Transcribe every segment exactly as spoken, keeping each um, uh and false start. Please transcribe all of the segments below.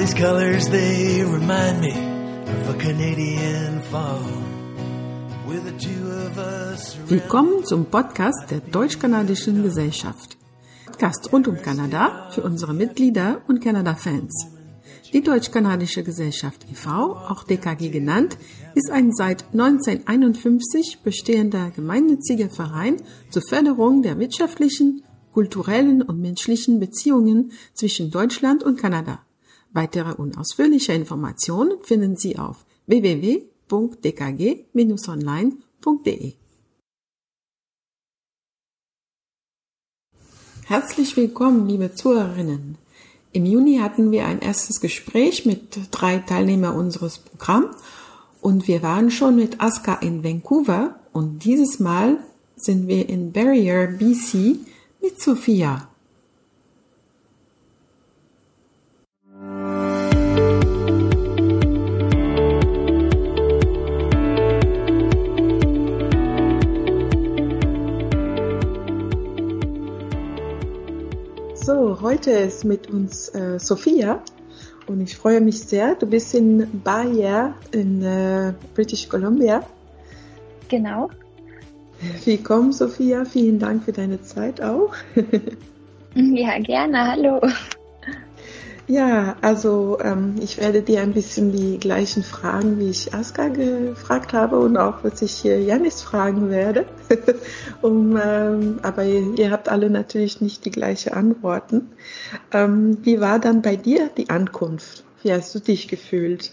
these colors, they remind me of a Canadian fall. With the two of us. Willkommen zum Podcast der Deutsch-Kanadischen Gesellschaft. Podcast rund um Kanada für unsere Mitglieder und Kanada-Fans. Die Deutsch-Kanadische Gesellschaft e V, auch D K G genannt, ist ein seit neunzehnhunderteinundfünfzig bestehender gemeinnütziger Verein zur Förderung der wirtschaftlichen, kulturellen und menschlichen Beziehungen zwischen Deutschland und Kanada. Weitere und ausführliche Informationen finden Sie auf w w w punkt d k g dash online punkt d e. Herzlich willkommen, liebe Zuhörerinnen. Im Juni hatten wir ein erstes Gespräch mit drei Teilnehmern unseres Programms und wir waren schon mit Aska in Vancouver und dieses Mal sind wir in Barriere, B C mit Sophia. So, heute ist mit uns äh, Sophia und ich freue mich sehr. Du bist in Barriere in äh, British Columbia. Genau. Willkommen, Sophia. Vielen Dank für deine Zeit auch. Ja, gerne. Hallo. Ja, also ähm, ich werde dir ein bisschen die gleichen Fragen, wie ich Aska gefragt habe und auch, was ich hier Janis fragen werde. um, ähm, aber ihr, ihr habt alle natürlich nicht die gleichen Antworten. Ähm, wie war dann bei dir die Ankunft? Wie hast du dich gefühlt?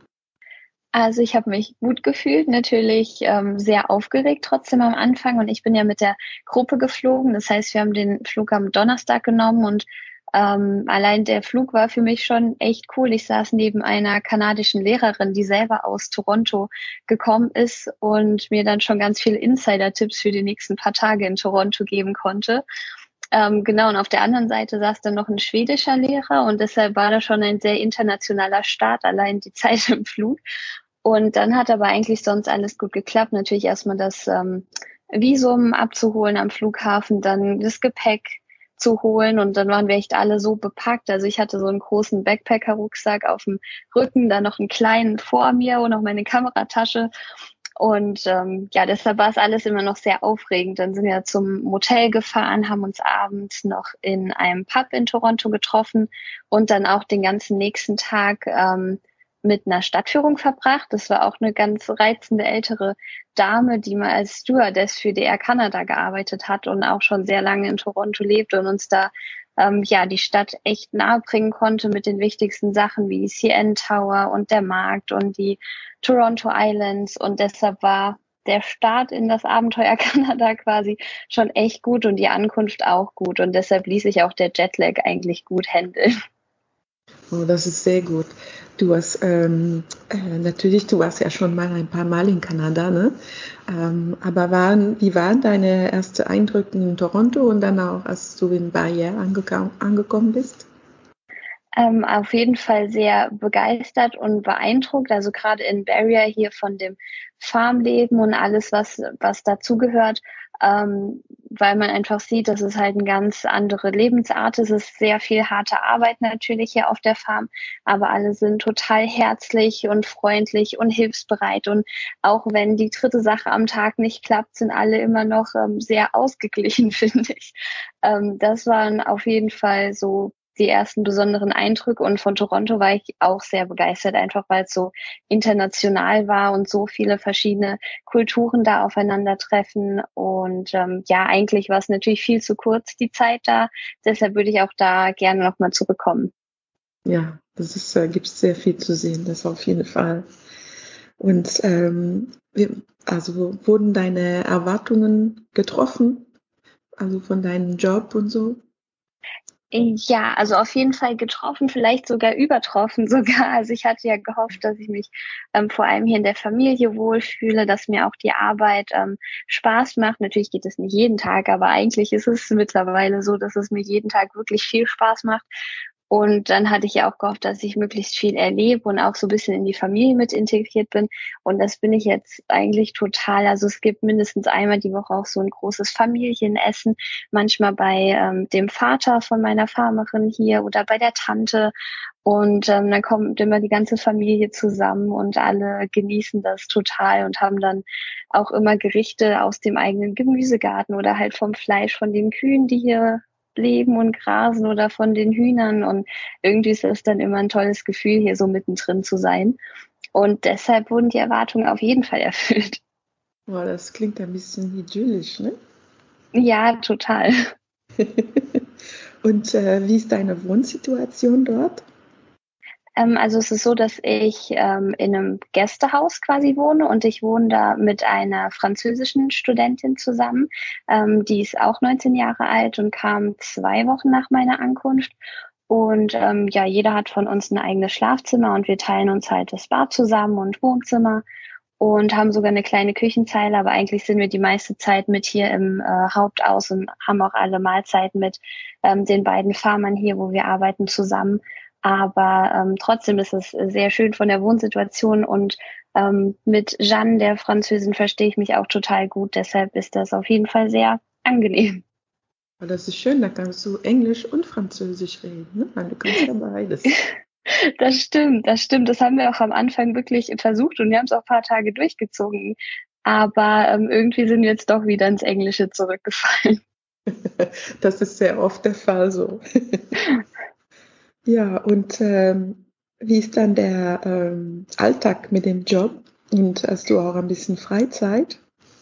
Also ich habe mich gut gefühlt, natürlich ähm, sehr aufgeregt trotzdem am Anfang und ich bin ja mit der Gruppe geflogen. Das heißt, wir haben den Flug am Donnerstag genommen und Ähm, allein der Flug war für mich schon echt cool. Ich saß neben einer kanadischen Lehrerin, die selber aus Toronto gekommen ist und mir dann schon ganz viele Insider-Tipps für die nächsten paar Tage in Toronto geben konnte. Ähm, genau, und auf der anderen Seite saß dann noch ein schwedischer Lehrer und deshalb war das schon ein sehr internationaler Start, allein die Zeit im Flug. Und dann hat aber eigentlich sonst alles gut geklappt. Natürlich erstmal das ähm, Visum abzuholen am Flughafen, dann das Gepäck zu holen und dann waren wir echt alle so bepackt. Also ich hatte so einen großen Backpacker-Rucksack auf dem Rücken, dann noch einen kleinen vor mir und noch meine Kameratasche und ähm, ja, deshalb war es alles immer noch sehr aufregend. Dann sind wir zum Motel gefahren, haben uns abends noch in einem Pub in Toronto getroffen und dann auch den ganzen nächsten Tag ähm, mit einer Stadtführung verbracht. Das war auch eine ganz reizende ältere Dame, die mal als Stewardess für D R Canada gearbeitet hat und auch schon sehr lange in Toronto lebt und uns da ähm, ja die Stadt echt nahe bringen konnte mit den wichtigsten Sachen wie die C N Tower und der Markt und die Toronto Islands und deshalb war der Start in das Abenteuer Kanada quasi schon echt gut und die Ankunft auch gut und deshalb ließ sich auch der Jetlag eigentlich gut handeln. Oh, das ist sehr gut. Du hast ähm, äh, natürlich, du warst ja schon mal ein paar Mal in Kanada, ne? Ähm, aber waren, wie waren deine ersten Eindrücke in Toronto und dann auch, als du in Barriere angekam, angekommen bist? Ähm, auf jeden Fall sehr begeistert und beeindruckt. Also gerade in Barriere hier von dem Farmleben und alles, was was dazugehört, ähm, weil man einfach sieht, dass es halt eine ganz andere Lebensart ist. Es ist sehr viel harte Arbeit natürlich hier auf der Farm, aber alle sind total herzlich und freundlich und hilfsbereit. Und auch wenn die dritte Sache am Tag nicht klappt, sind alle immer noch ähm, sehr ausgeglichen, finde ich. Ähm, das waren auf jeden Fall so die ersten besonderen Eindrücke und von Toronto war ich auch sehr begeistert, einfach weil es so international war und so viele verschiedene Kulturen da aufeinandertreffen und ähm, ja, eigentlich war es natürlich viel zu kurz, die Zeit da, deshalb würde ich auch da gerne nochmal zurückkommen. Ja, das ist, äh, gibt sehr viel zu sehen, das auf jeden Fall. Und ähm, wir, also wurden deine Erwartungen getroffen, also von deinem Job und so? Ja, also auf jeden Fall getroffen, vielleicht sogar übertroffen sogar. Also ich hatte ja gehofft, dass ich mich ähm, vor allem hier in der Familie wohlfühle, dass mir auch die Arbeit ähm, Spaß macht. Natürlich geht es nicht jeden Tag, aber eigentlich ist es mittlerweile so, dass es mir jeden Tag wirklich viel Spaß macht. Und dann hatte ich ja auch gehofft, dass ich möglichst viel erlebe und auch so ein bisschen in die Familie mit integriert bin. Und das bin ich jetzt eigentlich total. Also es gibt mindestens einmal die Woche auch so ein großes Familienessen, manchmal bei ähm, dem Vater von meiner Farmerin hier oder bei der Tante. Und ähm, dann kommt immer die ganze Familie zusammen und alle genießen das total und haben dann auch immer Gerichte aus dem eigenen Gemüsegarten oder halt vom Fleisch von den Kühen, die hier leben und grasen oder von den Hühnern. Und irgendwie ist das dann immer ein tolles Gefühl, hier so mittendrin zu sein. Und deshalb wurden die Erwartungen auf jeden Fall erfüllt. Boah, das klingt ein bisschen idyllisch, ne? Ja, total. Und äh, wie ist deine Wohnsituation dort? Ähm, also es ist so, dass ich ähm, in einem Gästehaus quasi wohne und ich wohne da mit einer französischen Studentin zusammen. Ähm, die ist auch neunzehn Jahre alt und kam zwei Wochen nach meiner Ankunft. Und ähm, ja, jeder hat von uns ein eigenes Schlafzimmer und wir teilen uns halt das Bad zusammen und Wohnzimmer und haben sogar eine kleine Küchenzeile, aber eigentlich sind wir die meiste Zeit mit hier im äh, Hauptaus und haben auch alle Mahlzeiten mit ähm, den beiden Farmern hier, wo wir arbeiten, zusammen. Aber ähm, trotzdem ist es sehr schön von der Wohnsituation und ähm, mit Jeanne, der Französin, verstehe ich mich auch total gut. Deshalb ist das auf jeden Fall sehr angenehm. Oh, das ist schön, da kannst du Englisch und Französisch reden, ne? Weil du kannst ja beides. Das stimmt, das stimmt. Das haben wir auch am Anfang wirklich versucht und wir haben es auch ein paar Tage durchgezogen. Aber ähm, irgendwie sind wir jetzt doch wieder ins Englische zurückgefallen. Das ist sehr oft der Fall so. Ja, und ähm, wie ist dann der ähm, Alltag mit dem Job? Und hast du auch ein bisschen Freizeit?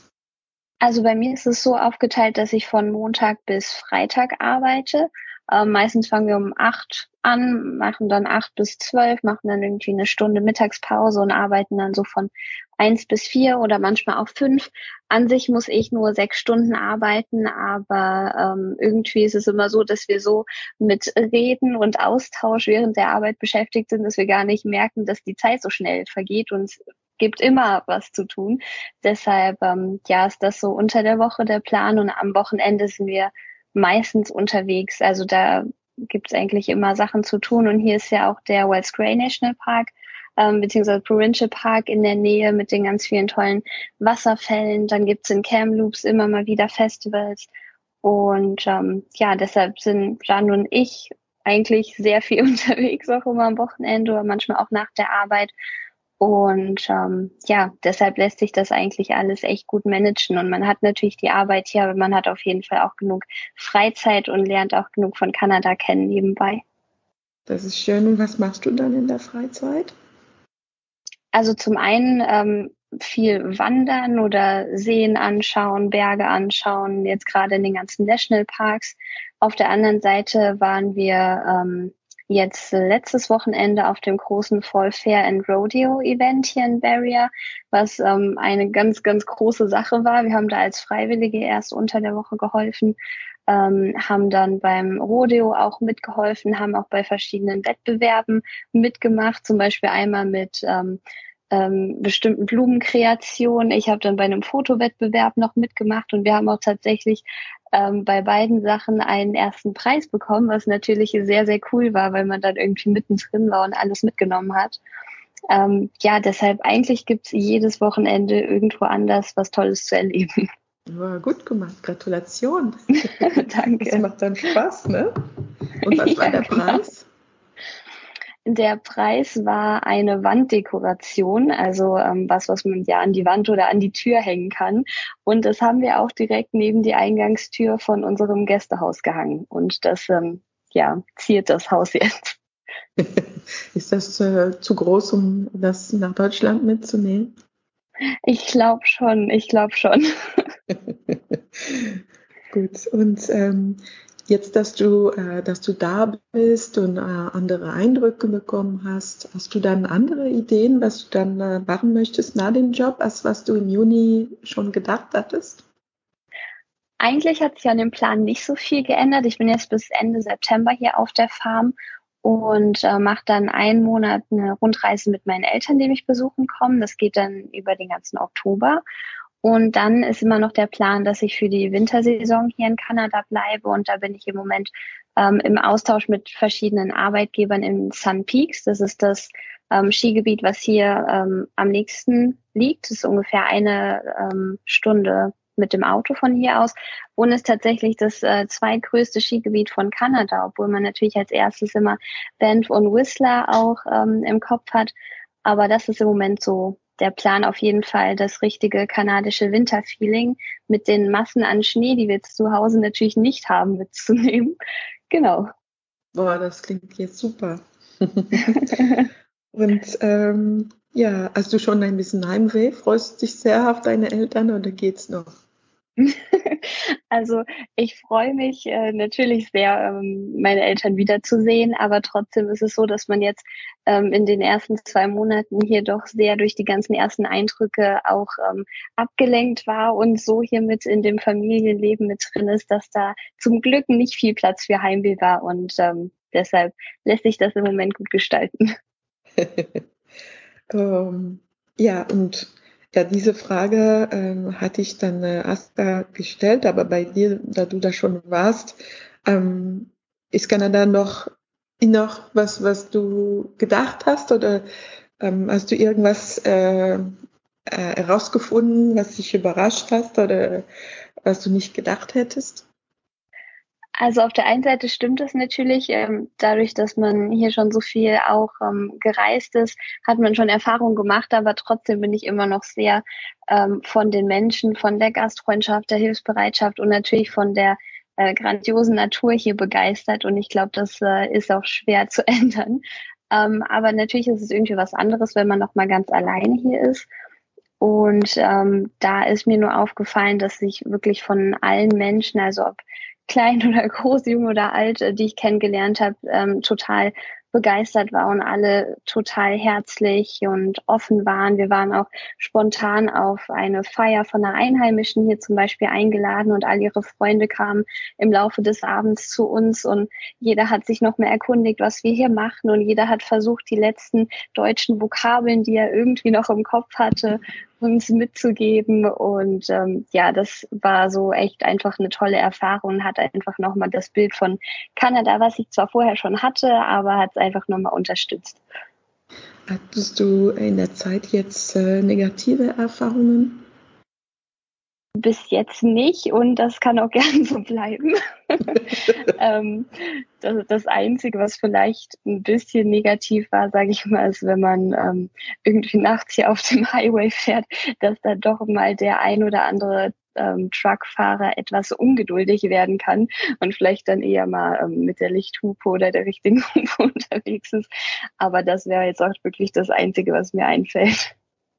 Also bei mir ist es so aufgeteilt, dass ich von Montag bis Freitag arbeite. Ähm, meistens fangen wir um acht an, machen dann acht bis zwölf, machen dann irgendwie eine Stunde Mittagspause und arbeiten dann so von eins bis vier oder manchmal auch fünf. An sich muss ich nur sechs Stunden arbeiten, aber ähm, irgendwie ist es immer so, dass wir so mit Reden und Austausch während der Arbeit beschäftigt sind, dass wir gar nicht merken, dass die Zeit so schnell vergeht und es gibt immer was zu tun. Deshalb ähm, ja, ist das so unter der Woche der Plan und am Wochenende sind wir meistens unterwegs. Also da gibt es eigentlich immer Sachen zu tun und hier ist ja auch der Wells Gray National Park ähm, beziehungsweise Provincial Park in der Nähe mit den ganz vielen tollen Wasserfällen. Dann gibt's in Kamloops immer mal wieder Festivals und ähm, ja, deshalb sind Jan und ich eigentlich sehr viel unterwegs, auch immer am Wochenende oder manchmal auch nach der Arbeit. Und ähm, ja, deshalb lässt sich das eigentlich alles echt gut managen. Und man hat natürlich die Arbeit hier, aber man hat auf jeden Fall auch genug Freizeit und lernt auch genug von Kanada kennen nebenbei. Das ist schön. Und was machst du dann in der Freizeit? Also zum einen ähm, viel wandern oder Seen anschauen, Berge anschauen, jetzt gerade in den ganzen Nationalparks. Auf der anderen Seite waren wir ähm, jetzt letztes Wochenende auf dem großen Fall Fair and Rodeo Event hier in Barrier, was ähm, eine ganz, ganz große Sache war. Wir haben da als Freiwillige erst unter der Woche geholfen, ähm, haben dann beim Rodeo auch mitgeholfen, haben auch bei verschiedenen Wettbewerben mitgemacht, zum Beispiel einmal mit ähm, ähm, bestimmten Blumenkreationen. Ich habe dann bei einem Fotowettbewerb noch mitgemacht und wir haben auch tatsächlich ähm, bei beiden Sachen einen ersten Preis bekommen, was natürlich sehr, sehr cool war, weil man dann irgendwie mittendrin war und alles mitgenommen hat. Ähm, ja, deshalb eigentlich gibt's jedes Wochenende irgendwo anders was Tolles zu erleben. Ja, gut gemacht, Gratulation. Danke. Das macht dann Spaß, ne? Und was Ja, war der genau. Preis? Der Preis war eine Wanddekoration, also ähm, was, was man ja an die Wand oder an die Tür hängen kann. Und das haben wir auch direkt neben die Eingangstür von unserem Gästehaus gehangen. Und das ähm, ja, ziert das Haus jetzt. Ist das äh, zu groß, um das nach Deutschland mitzunehmen? Ich glaube schon, ich glaube schon. Gut, und ähm, jetzt, dass du, äh, dass du da bist und äh, andere Eindrücke bekommen hast, hast du dann andere Ideen, was du dann äh, machen möchtest nach dem Job, als was du im Juni schon gedacht hattest? Eigentlich hat sich an dem Plan nicht so viel geändert. Ich bin jetzt bis Ende September hier auf der Farm und äh, mache dann einen Monat eine Rundreise mit meinen Eltern, die mich besuchen kommen. Das geht dann über den ganzen Oktober. Und dann ist immer noch der Plan, dass ich für die Wintersaison hier in Kanada bleibe. Und da bin ich im Moment ähm, im Austausch mit verschiedenen Arbeitgebern in Sun Peaks. Das ist das ähm, Skigebiet, was hier ähm, am nächsten liegt. Das ist ungefähr eine ähm, Stunde mit dem Auto von hier aus und ist tatsächlich das äh, zweitgrößte Skigebiet von Kanada, obwohl man natürlich als erstes immer Banff und Whistler auch ähm, im Kopf hat. Aber das ist im Moment so der Plan, auf jeden Fall das richtige kanadische Winterfeeling mit den Massen an Schnee, die wir jetzt zu Hause natürlich nicht haben, mitzunehmen. Genau. Boah, das klingt jetzt super. Und ähm, ja, hast du schon ein bisschen Heimweh? Freust du dich sehr auf deine Eltern oder geht's noch? Also ich freue mich äh, natürlich sehr, ähm, meine Eltern wiederzusehen, aber trotzdem ist es so, dass man jetzt ähm, in den ersten zwei Monaten hier doch sehr durch die ganzen ersten Eindrücke auch ähm, abgelenkt war und so hier mit in dem Familienleben mit drin ist, dass da zum Glück nicht viel Platz für Heimweh war und ähm, deshalb lässt sich das im Moment gut gestalten. ähm, ja, und ja, diese Frage ähm, hatte ich dann äh, Aska gestellt, aber bei dir, da du da schon warst, ähm, ist Kanada noch, noch was, was du gedacht hast oder ähm, hast du irgendwas äh, äh, herausgefunden, was dich überrascht hast oder was du nicht gedacht hättest? Also auf der einen Seite stimmt es natürlich, ähm, dadurch, dass man hier schon so viel auch ähm, gereist ist, hat man schon Erfahrung gemacht, aber trotzdem bin ich immer noch sehr ähm, von den Menschen, von der Gastfreundschaft, der Hilfsbereitschaft und natürlich von der äh, grandiosen Natur hier begeistert und ich glaube, das äh, ist auch schwer zu ändern. Ähm, aber natürlich ist es irgendwie was anderes, wenn man noch mal ganz alleine hier ist. Und ähm, da ist mir nur aufgefallen, dass ich wirklich von allen Menschen, also ob klein oder groß, jung oder alt, die ich kennengelernt habe, ähm, total begeistert war und alle total herzlich und offen waren. Wir waren auch spontan auf eine Feier von einer Einheimischen hier zum Beispiel eingeladen und all ihre Freunde kamen im Laufe des Abends zu uns und jeder hat sich noch mehr erkundigt, was wir hier machen und jeder hat versucht, die letzten deutschen Vokabeln, die er irgendwie noch im Kopf hatte, uns mitzugeben und ähm, ja, das war so echt einfach eine tolle Erfahrung und hat einfach nochmal das Bild von Kanada, was ich zwar vorher schon hatte, aber hat es einfach nochmal unterstützt. Hattest du in der Zeit jetzt äh, negative Erfahrungen? Bis jetzt nicht und das kann auch gern so bleiben. ähm, das, das Einzige, was vielleicht ein bisschen negativ war, sage ich mal, ist, wenn man ähm, irgendwie nachts hier auf dem Highway fährt, dass da doch mal der ein oder andere ähm, Truckfahrer etwas ungeduldig werden kann und vielleicht dann eher mal ähm, mit der Lichthupe oder der richtigen Hupe unterwegs ist. Aber das wäre jetzt auch wirklich das Einzige, was mir einfällt.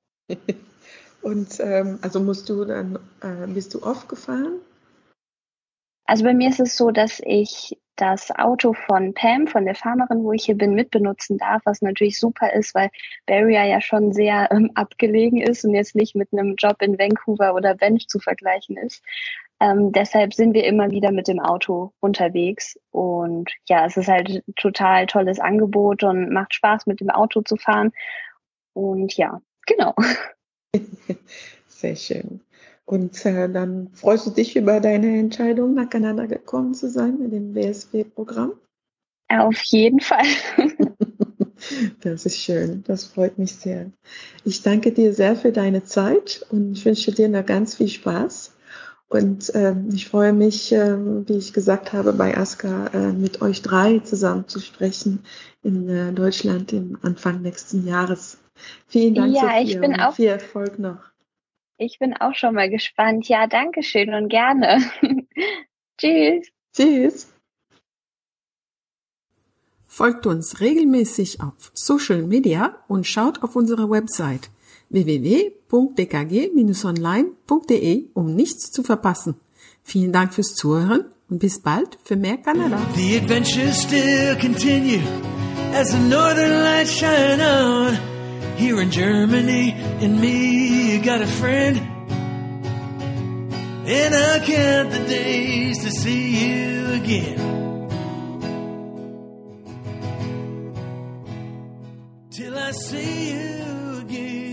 Und ähm, also musst du dann, äh, bist du oft gefahren? Also bei mir ist es so, dass ich das Auto von Pam, von der Farmerin, wo ich hier bin, mitbenutzen darf, was natürlich super ist, weil Barrier ja schon sehr ähm, abgelegen ist und jetzt nicht mit einem Job in Vancouver oder Banff zu vergleichen ist. Ähm, deshalb sind wir immer wieder mit dem Auto unterwegs und ja, es ist halt ein total tolles Angebot und macht Spaß, mit dem Auto zu fahren und ja, genau. Sehr schön. Und äh, dann freust du dich über deine Entscheidung, nach Kanada gekommen zu sein mit dem W S W-Programm? Auf jeden Fall. Das ist schön, das freut mich sehr. Ich danke dir sehr für deine Zeit und ich wünsche dir noch ganz viel Spaß. Und ähm, ich freue mich, ähm, wie ich gesagt habe, bei Aska äh, mit euch drei zusammen zu sprechen in äh, Deutschland im Anfang nächsten Jahres. Vielen Dank, ja, Sophia, ich bin und auch, viel Erfolg noch. Ich bin auch schon mal gespannt. Ja, danke schön und gerne. Tschüss. Tschüss. Folgt uns regelmäßig auf Social Media und schaut auf unsere Website w w w punkt d k g bindestrich online punkt d e, um nichts zu verpassen. Vielen Dank fürs Zuhören und bis bald für mehr Kanada. The adventures still continue as the northern lights shine on. Here in Germany, and me, you got a friend. And I count the days to see you again. Till I see you again.